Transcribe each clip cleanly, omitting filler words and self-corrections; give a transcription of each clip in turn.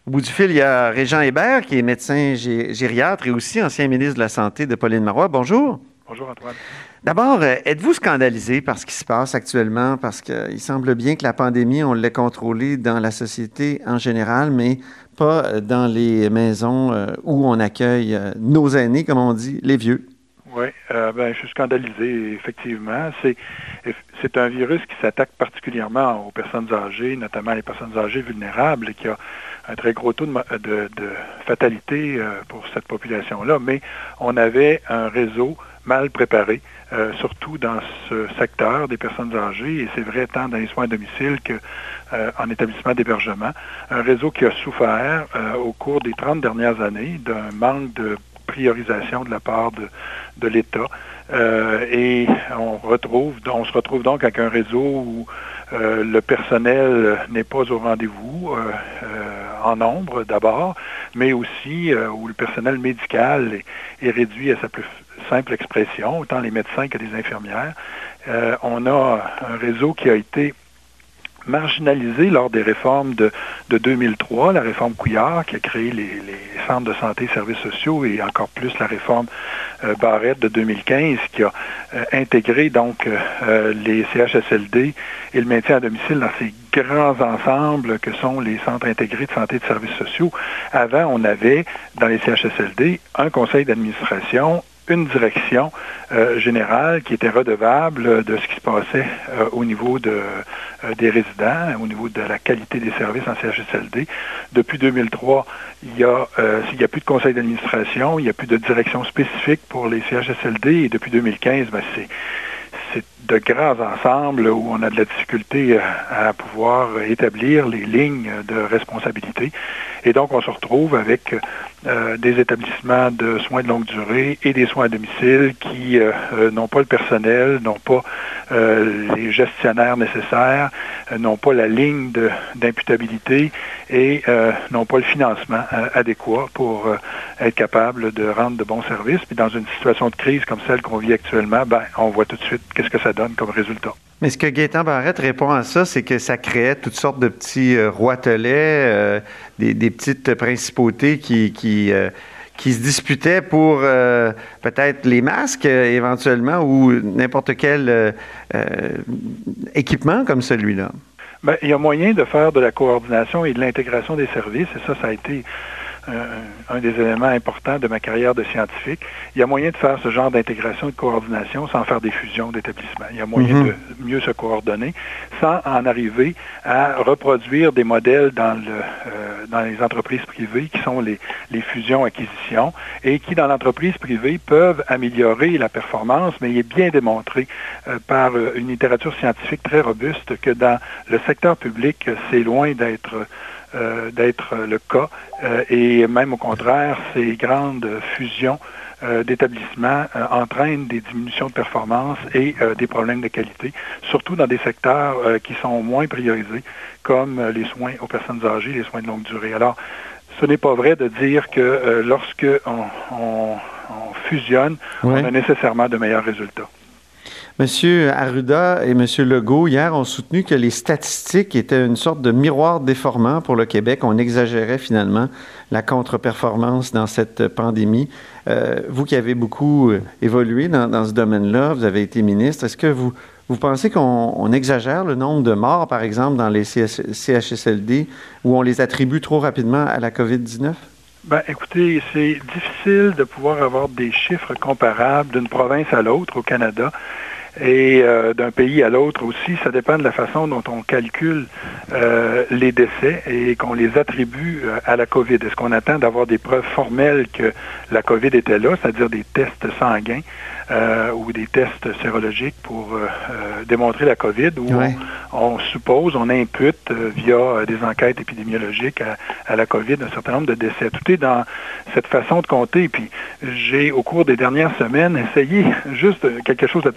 Au bout du fil, il y a Régent Hébert, qui est médecin gériatre et aussi ancien ministre de la Santé de Pauline Marois. Bonjour. Bonjour Antoine. D'abord, êtes-vous scandalisé par ce qui se passe actuellement? Parce qu'il semble bien que la pandémie, on l'a contrôlée dans la société en général, mais pas dans les maisons où on accueille nos aînés, comme on dit, les vieux. Oui, je suis scandalisé, effectivement. C'est un virus qui s'attaque particulièrement aux personnes âgées, notamment les personnes âgées vulnérables, et qui a un très gros taux de fatalité pour cette population-là. Mais on avait un réseau mal préparé, surtout dans ce secteur des personnes âgées, et c'est vrai tant dans les soins à domicile qu'en établissement d'hébergement. Un réseau qui a souffert au cours des 30 dernières années d'un manque de priorisation de la part de l'État. Et on se retrouve donc avec un réseau où le personnel n'est pas au rendez-vous en nombre d'abord, mais aussi où le personnel médical est réduit à sa plus simple expression, autant les médecins que les infirmières. On a un réseau qui a été marginalisé lors des réformes de 2003, la réforme Couillard qui a créé les centres de santé et services sociaux et encore plus la réforme Barrette de 2015 qui a intégré donc les CHSLD et le maintien à domicile dans ces grands ensembles que sont les centres intégrés de santé et de services sociaux. Avant, on avait dans les CHSLD un conseil d'administration, une direction générale qui était redevable de ce qui se passait au niveau des résidents, au niveau de la qualité des services en CHSLD. Depuis 2003, il n'y a plus de conseil d'administration, il n'y a plus de direction spécifique pour les CHSLD et depuis 2015, c'est de grands ensembles où on a de la difficulté à pouvoir établir les lignes de responsabilité. Et donc, on se retrouve avec des établissements de soins de longue durée et des soins à domicile qui n'ont pas le personnel, n'ont pas les gestionnaires nécessaires, n'ont pas la ligne d'imputabilité et n'ont pas le financement adéquat pour être capable de rendre de bons services. Puis dans une situation de crise comme celle qu'on vit actuellement, on voit tout de suite qu'est-ce que ça donne comme résultat. Mais ce que Gaétan Barrette répond à ça, c'est que ça créait toutes sortes de petits roitelets, des petites principautés qui se disputaient pour peut-être les masques éventuellement ou n'importe quel équipement comme celui-là. Il y a moyen de faire de la coordination et de l'intégration des services, et ça a été un des éléments importants de ma carrière de scientifique. Il y a moyen de faire ce genre d'intégration et de coordination sans faire des fusions d'établissements. Il y a moyen de mieux se coordonner sans en arriver à reproduire des modèles dans les entreprises privées qui sont les fusions-acquisitions et qui, dans l'entreprise privée, peuvent améliorer la performance, mais il est bien démontré par une littérature scientifique très robuste que dans le secteur public, c'est loin d'être le cas et même au contraire, ces grandes fusions d'établissements entraînent des diminutions de performance et des problèmes de qualité, surtout dans des secteurs qui sont moins priorisés, comme les soins aux personnes âgées, les soins de longue durée. Alors, ce n'est pas vrai de dire que lorsque on fusionne, on a nécessairement de meilleurs résultats. M. Arruda et M. Legault, hier, ont soutenu que les statistiques étaient une sorte de miroir déformant pour le Québec. On exagérait finalement la contre-performance dans cette pandémie. Vous qui avez beaucoup évolué dans ce domaine-là, vous avez été ministre, est-ce que vous pensez qu'on exagère le nombre de morts, par exemple, dans les CHSLD, où on les attribue trop rapidement à la COVID-19? Écoutez, c'est difficile de pouvoir avoir des chiffres comparables d'une province à l'autre au Canada. Et d'un pays à l'autre aussi, ça dépend de la façon dont on calcule les décès et qu'on les attribue à la COVID. Est-ce qu'on attend d'avoir des preuves formelles que la COVID était là, c'est-à-dire des tests sanguins ou des tests sérologiques pour démontrer la COVID, ou on suppose, on impute via des enquêtes épidémiologiques à la COVID un certain nombre de décès. Tout est dans cette façon de compter. Puis j'ai, au cours des dernières semaines, essayé juste quelque chose de très simple,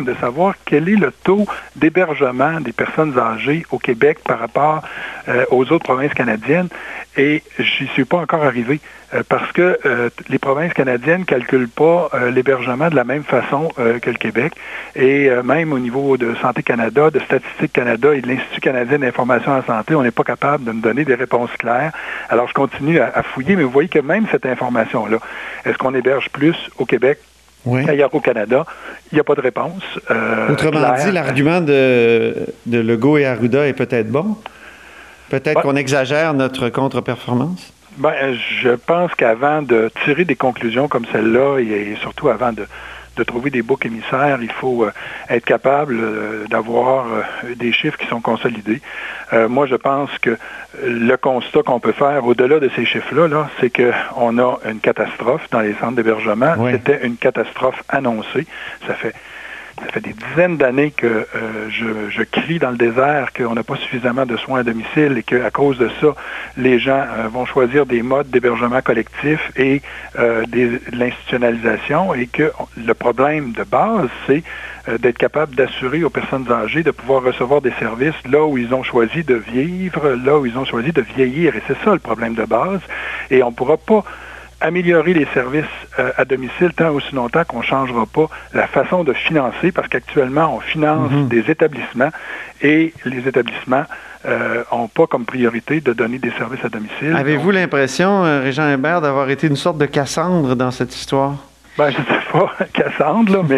moi-même de savoir quel est le taux d'hébergement des personnes âgées au Québec par rapport aux autres provinces canadiennes, et j'y suis pas encore arrivé parce que les provinces canadiennes ne calculent pas l'hébergement de la même façon que le Québec, et même au niveau de Santé Canada, de Statistique Canada et de l'Institut canadien d'information en santé, on n'est pas capable de me donner des réponses claires. Alors, je continue à fouiller, mais vous voyez que même cette information-là, est-ce qu'on héberge plus au Québec ailleurs au Canada? Il n'y a pas de réponse. Autrement dit, l'argument de Legault et Arruda est peut-être bon? Peut-être qu'on exagère notre contre-performance? Je pense qu'avant de tirer des conclusions comme celle-là, et surtout avant de trouver des boucs émissaires, il faut être capable d'avoir des chiffres qui sont consolidés. Moi, je pense que le constat qu'on peut faire au-delà de ces chiffres-là, c'est qu'on a une catastrophe dans les centres d'hébergement. Oui. C'était une catastrophe annoncée. Ça fait des dizaines d'années que je crie dans le désert qu'on n'a pas suffisamment de soins à domicile et qu'à cause de ça, les gens vont choisir des modes d'hébergement collectif et de l'institutionnalisation, et que le problème de base, c'est d'être capable d'assurer aux personnes âgées de pouvoir recevoir des services là où ils ont choisi de vivre, là où ils ont choisi de vieillir. Et c'est ça le problème de base. Et on ne pourra pas améliorer les services à domicile tant aussi longtemps qu'on ne changera pas la façon de financer, parce qu'actuellement, on finance des établissements, et les établissements n'ont pas comme priorité de donner des services à domicile. Avez-vous l'impression, Régent Hébert, d'avoir été une sorte de Cassandre dans cette histoire? Je ne sais pas, Cassandre, là, mais...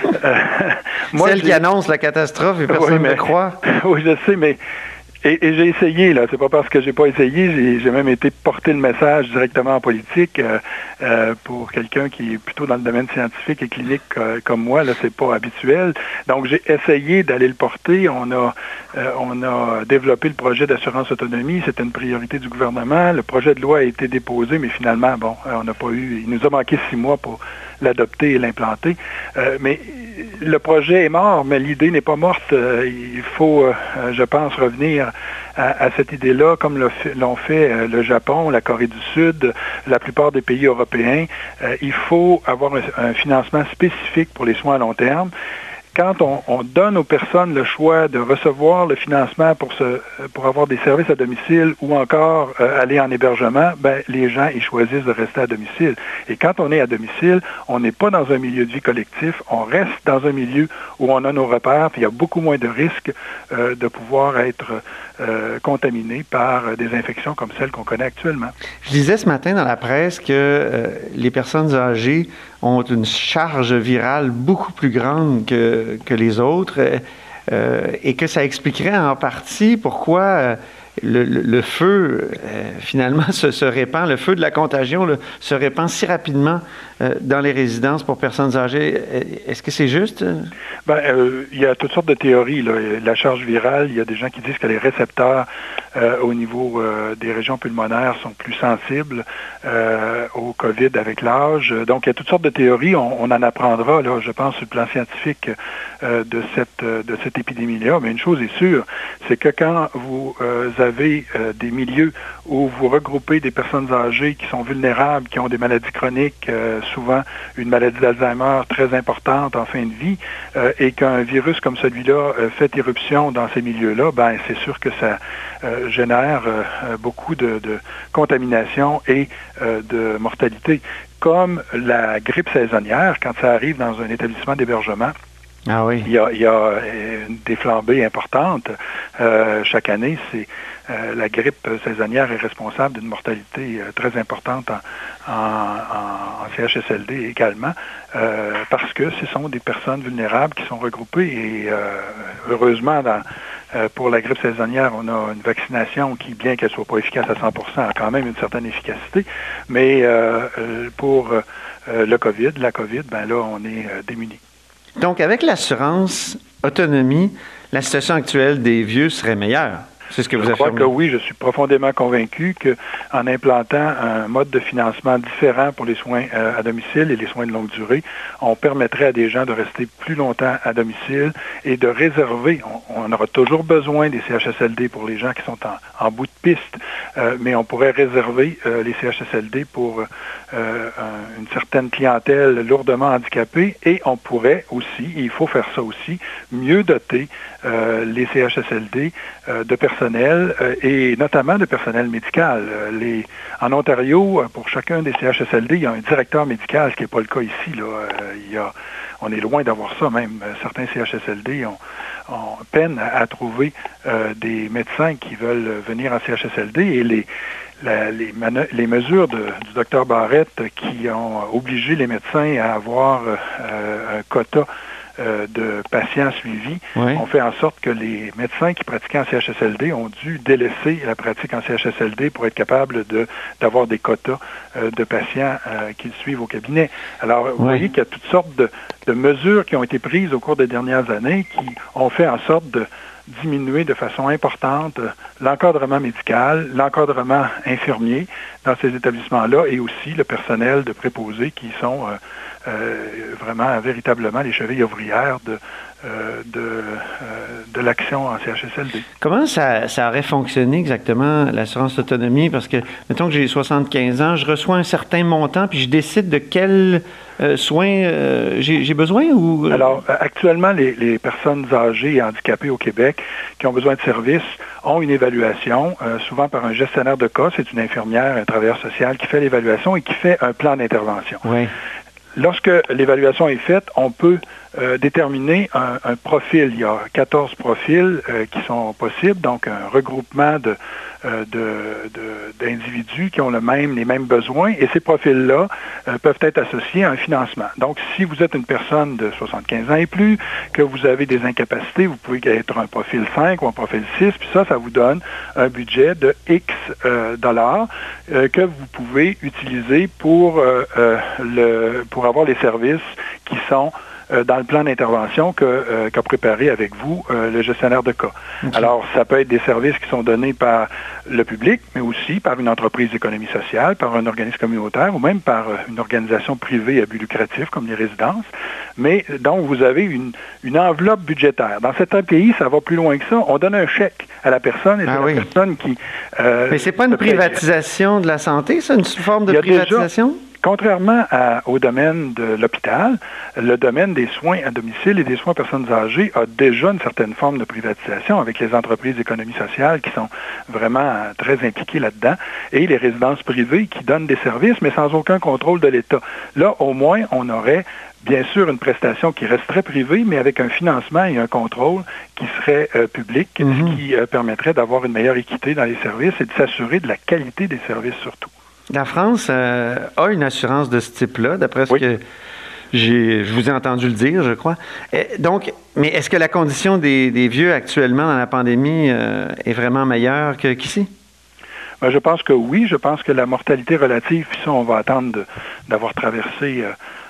moi, celle qui annonce la catastrophe et personne ne croit. Oui, je sais, mais... Et j'ai essayé, là, c'est pas parce que j'ai pas essayé, j'ai même été porter le message directement en politique pour quelqu'un qui est plutôt dans le domaine scientifique et clinique comme moi, là, c'est pas habituel. Donc j'ai essayé d'aller le porter, on a développé le projet d'assurance autonomie, c'était une priorité du gouvernement, le projet de loi a été déposé, mais finalement, on n'a pas eu, il nous a manqué 6 mois pour l'adopter et l'implanter, mais le projet est mort, mais l'idée n'est pas morte. Il faut, je pense, revenir à cette idée-là, comme l'ont fait le Japon, la Corée du Sud, la plupart des pays européens. Il faut avoir un financement spécifique pour les soins à long terme. Quand on donne aux personnes le choix de recevoir le financement pour avoir des services à domicile ou encore aller en hébergement, les gens ils choisissent de rester à domicile. Et quand on est à domicile, on n'est pas dans un milieu de vie collectif, on reste dans un milieu où on a nos repères, puis il y a beaucoup moins de risques de pouvoir être contaminé par des infections comme celles qu'on connaît actuellement. Je lisais ce matin dans la presse que les personnes âgées ont une charge virale beaucoup plus grande que les autres et que ça expliquerait en partie pourquoi le feu, finalement, se répand, le feu de la contagion se répand si rapidement dans les résidences pour personnes âgées. Est-ce que c'est juste? Il y a toutes sortes de théories, là. La charge virale, il y a des gens qui disent que les récepteurs au niveau des régions pulmonaires sont plus sensibles au COVID avec l'âge. Donc, il y a toutes sortes de théories. On en apprendra, là, je pense, sur le plan scientifique de cette épidémie-là. Mais une chose est sûre, c'est que quand vous avez des milieux où vous regroupez des personnes âgées qui sont vulnérables, qui ont des maladies chroniques, souvent une maladie d'Alzheimer très importante en fin de vie, et qu'un virus comme celui-là fait éruption dans ces milieux-là, c'est sûr que ça génère beaucoup de contamination et de mortalité. Comme la grippe saisonnière, quand ça arrive dans un établissement d'hébergement, ah oui. Il y a des flambées importantes. Chaque année, la grippe saisonnière est responsable d'une mortalité très importante en CHSLD également, parce que ce sont des personnes vulnérables qui sont regroupées. Et heureusement, pour la grippe saisonnière, on a une vaccination qui, bien qu'elle ne soit pas efficace à 100%, a quand même une certaine efficacité. Mais pour la COVID, là, on est démunis. Donc, avec l'assurance autonomie, la situation actuelle des vieux serait meilleure. C'est ce que vous affirmez. Je crois que oui, je suis profondément convaincu qu'en implantant un mode de financement différent pour les soins à domicile et les soins de longue durée, on permettrait à des gens de rester plus longtemps à domicile et de réserver. On aura toujours besoin des CHSLD pour les gens qui sont en bout de piste, mais on pourrait réserver les CHSLD pour une certaine clientèle lourdement handicapée et on pourrait aussi, il faut faire ça aussi, mieux doter les CHSLD de personnel et notamment de personnel médical. En Ontario, pour chacun des CHSLD, il y a un directeur médical, ce qui n'est pas le cas ici. Là. On est loin d'avoir ça même. Certains CHSLD ont peine à trouver des médecins qui veulent venir en CHSLD et les mesures du Dr Barrett qui ont obligé les médecins à avoir un quota de patients suivis ont fait en sorte que les médecins qui pratiquaient en CHSLD ont dû délaisser la pratique en CHSLD pour être capables d'avoir des quotas de patients qu'ils suivent au cabinet. Alors, vous voyez qu'il y a toutes sortes de mesures qui ont été prises au cours des dernières années qui ont fait en sorte de diminuer de façon importante l'encadrement médical, l'encadrement infirmier dans ces établissements-là et aussi le personnel de préposés qui sont vraiment véritablement les chevilles ouvrières de l'action en CHSLD. Comment ça aurait fonctionné exactement, l'assurance autonomie? Parce que, mettons que j'ai 75 ans, je reçois un certain montant, puis je décide de quels soins j'ai besoin? Ou... Alors, actuellement, les personnes âgées et handicapées au Québec qui ont besoin de services ont une évaluation, souvent par un gestionnaire de cas, c'est une infirmière, un travailleur social qui fait l'évaluation et qui fait un plan d'intervention. Oui. Lorsque l'évaluation est faite, on peut déterminer un profil. Il y a 14 profils qui sont possibles, donc un regroupement d'individus qui ont les mêmes besoins, et ces profils-là peuvent être associés à un financement. Donc, si vous êtes une personne de 75 ans et plus, que vous avez des incapacités, vous pouvez être un profil 5 ou un profil 6, puis ça vous donne un budget de X dollars que vous pouvez utiliser pour avoir les services qui sont dans le plan d'intervention qu'a préparé avec vous le gestionnaire de cas. Okay. Alors, ça peut être des services qui sont donnés par le public, mais aussi par une entreprise d'économie sociale, par un organisme communautaire ou même par une organisation privée à but lucratif comme les résidences. Mais donc, vous avez une enveloppe budgétaire. Dans certains pays, ça va plus loin que ça. On donne un chèque à la personne et c'est la personne qui... mais c'est pas une privatisation de la santé, c'est une forme de privatisation? Contrairement au domaine de l'hôpital, le domaine des soins à domicile et des soins aux personnes âgées a déjà une certaine forme de privatisation avec les entreprises d'économie sociale qui sont vraiment très impliquées là-dedans et les résidences privées qui donnent des services mais sans aucun contrôle de l'État. Là, au moins, on aurait bien sûr une prestation qui resterait privée, mais avec un financement et un contrôle qui serait public, ce qui permettrait d'avoir une meilleure équité dans les services et de s'assurer de la qualité des services surtout. La France a une assurance de ce type-là, d'après ce que je vous ai entendu le dire, je crois. Donc, mais est-ce que la condition des vieux actuellement dans la pandémie est vraiment meilleure qu'ici? Ben, je pense que oui. Je pense que la mortalité relative, puis ça, on va attendre d'avoir traversé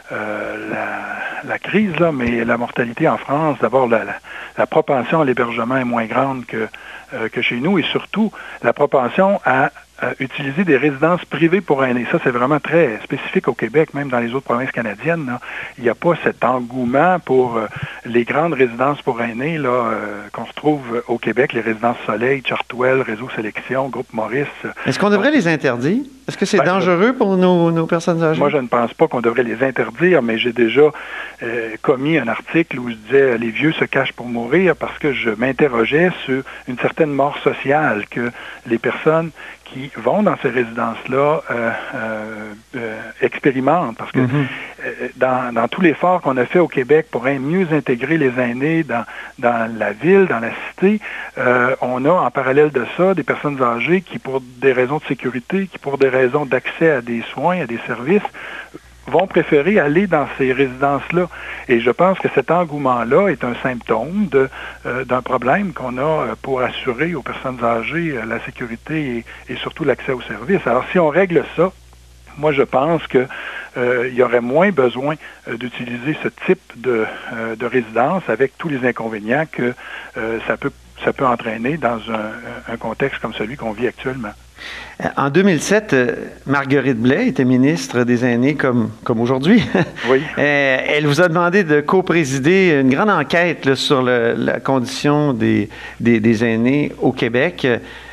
la crise, là, mais la mortalité en France, d'abord, la propension à l'hébergement est moins grande que chez nous et surtout la propension à utiliser des résidences privées pour aînés. Ça, c'est vraiment très spécifique au Québec, même dans les autres provinces canadiennes. Là. Il n'y a pas cet engouement pour les grandes résidences pour aînés qu'on retrouve au Québec, les résidences Soleil, Chartwell, Réseau Sélection, Groupe Maurice. Est-ce qu'on devrait les interdire? Est-ce que c'est dangereux pour nos personnes âgées? Moi, je ne pense pas qu'on devrait les interdire, mais j'ai déjà commis un article où je disais « Les vieux se cachent pour mourir » parce que je m'interrogeais sur une certaine mort sociale que les personnes qui vont dans ces résidences-là expérimentent. Parce que dans tout l'effort qu'on a fait au Québec pour mieux intégrer les aînés dans la ville, dans la cité, on a en parallèle de ça des personnes âgées qui, pour des raisons de sécurité, qui pour des raisons d'accès à des soins, à des services, vont préférer aller dans ces résidences-là. Et je pense que cet engouement-là est un symptôme d'un problème qu'on a pour assurer aux personnes âgées la sécurité et surtout l'accès aux services. Alors, si on règle ça, moi, je pense que il y aurait moins besoin d'utiliser ce type de résidence avec tous les inconvénients que ça peut entraîner dans un contexte comme celui qu'on vit actuellement. En 2007, Marguerite Blais était ministre des Aînés comme aujourd'hui. Oui. Elle vous a demandé de co-présider une grande enquête là, sur la condition des aînés au Québec.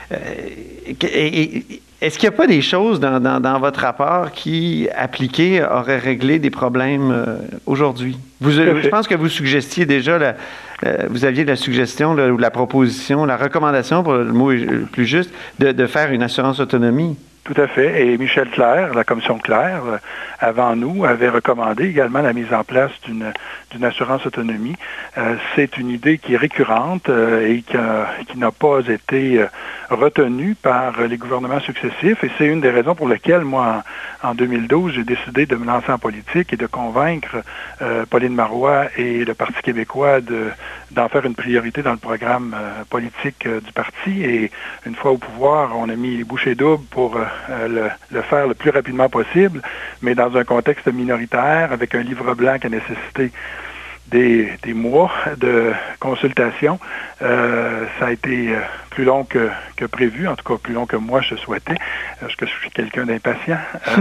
Est-ce qu'il n'y a pas des choses dans votre rapport qui, appliquées, auraient réglé des problèmes aujourd'hui? Je pense que vous suggestiez déjà, vous aviez la suggestion ou la proposition, la recommandation, pour le mot plus juste, de faire une assurance autonomie. Tout à fait. Et Michel Clerc, la commission Clerc, avant nous, avait recommandé également la mise en place d'une assurance autonomie. C'est une idée qui est récurrente et qui n'a pas été retenue par les gouvernements successifs. Et c'est une des raisons pour lesquelles, moi, en 2012, j'ai décidé de me lancer en politique et de convaincre Pauline Marois et le Parti québécois d'en faire une priorité dans le programme politique du parti. Et une fois au pouvoir, on a mis les bouchées doubles pour le faire le plus rapidement possible, mais dans un contexte minoritaire, avec un livre blanc qui a nécessité des mois de consultation. Ça a été plus long que prévu, en tout cas plus long que moi je souhaitais, parce que je suis quelqu'un d'impatient.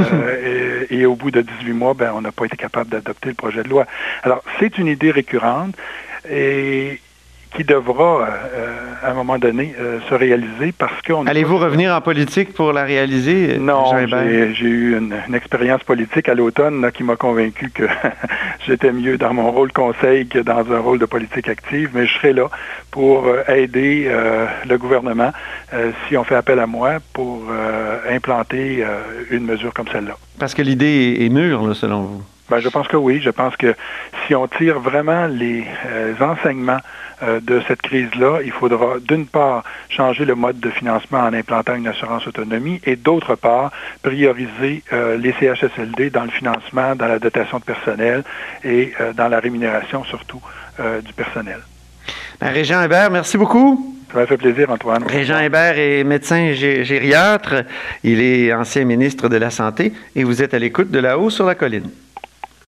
Et au bout de 18 mois, on n'a pas été capable d'adopter le projet de loi. Alors, c'est une idée récurrente et qui devra, à un moment donné, se réaliser parce qu'on... Allez-vous revenir en politique pour la réaliser? Non, j'ai eu une expérience politique à l'automne qui m'a convaincu que j'étais mieux dans mon rôle conseil que dans un rôle de politique active, mais je serai là pour aider le gouvernement si on fait appel à moi pour implanter une mesure comme celle-là. Parce que l'idée est mûre, là, selon vous? Je pense que oui. Je pense que si on tire vraiment les enseignements de cette crise-là, il faudra d'une part changer le mode de financement en implantant une assurance autonomie et d'autre part prioriser les CHSLD dans le financement, dans la dotation de personnel et dans la rémunération surtout du personnel. Régent Hébert, merci beaucoup. Ça m'a fait plaisir, Antoine. Régent Hébert est médecin gériatre. Il est ancien ministre de la Santé et vous êtes à l'écoute de Là-haut sur la colline.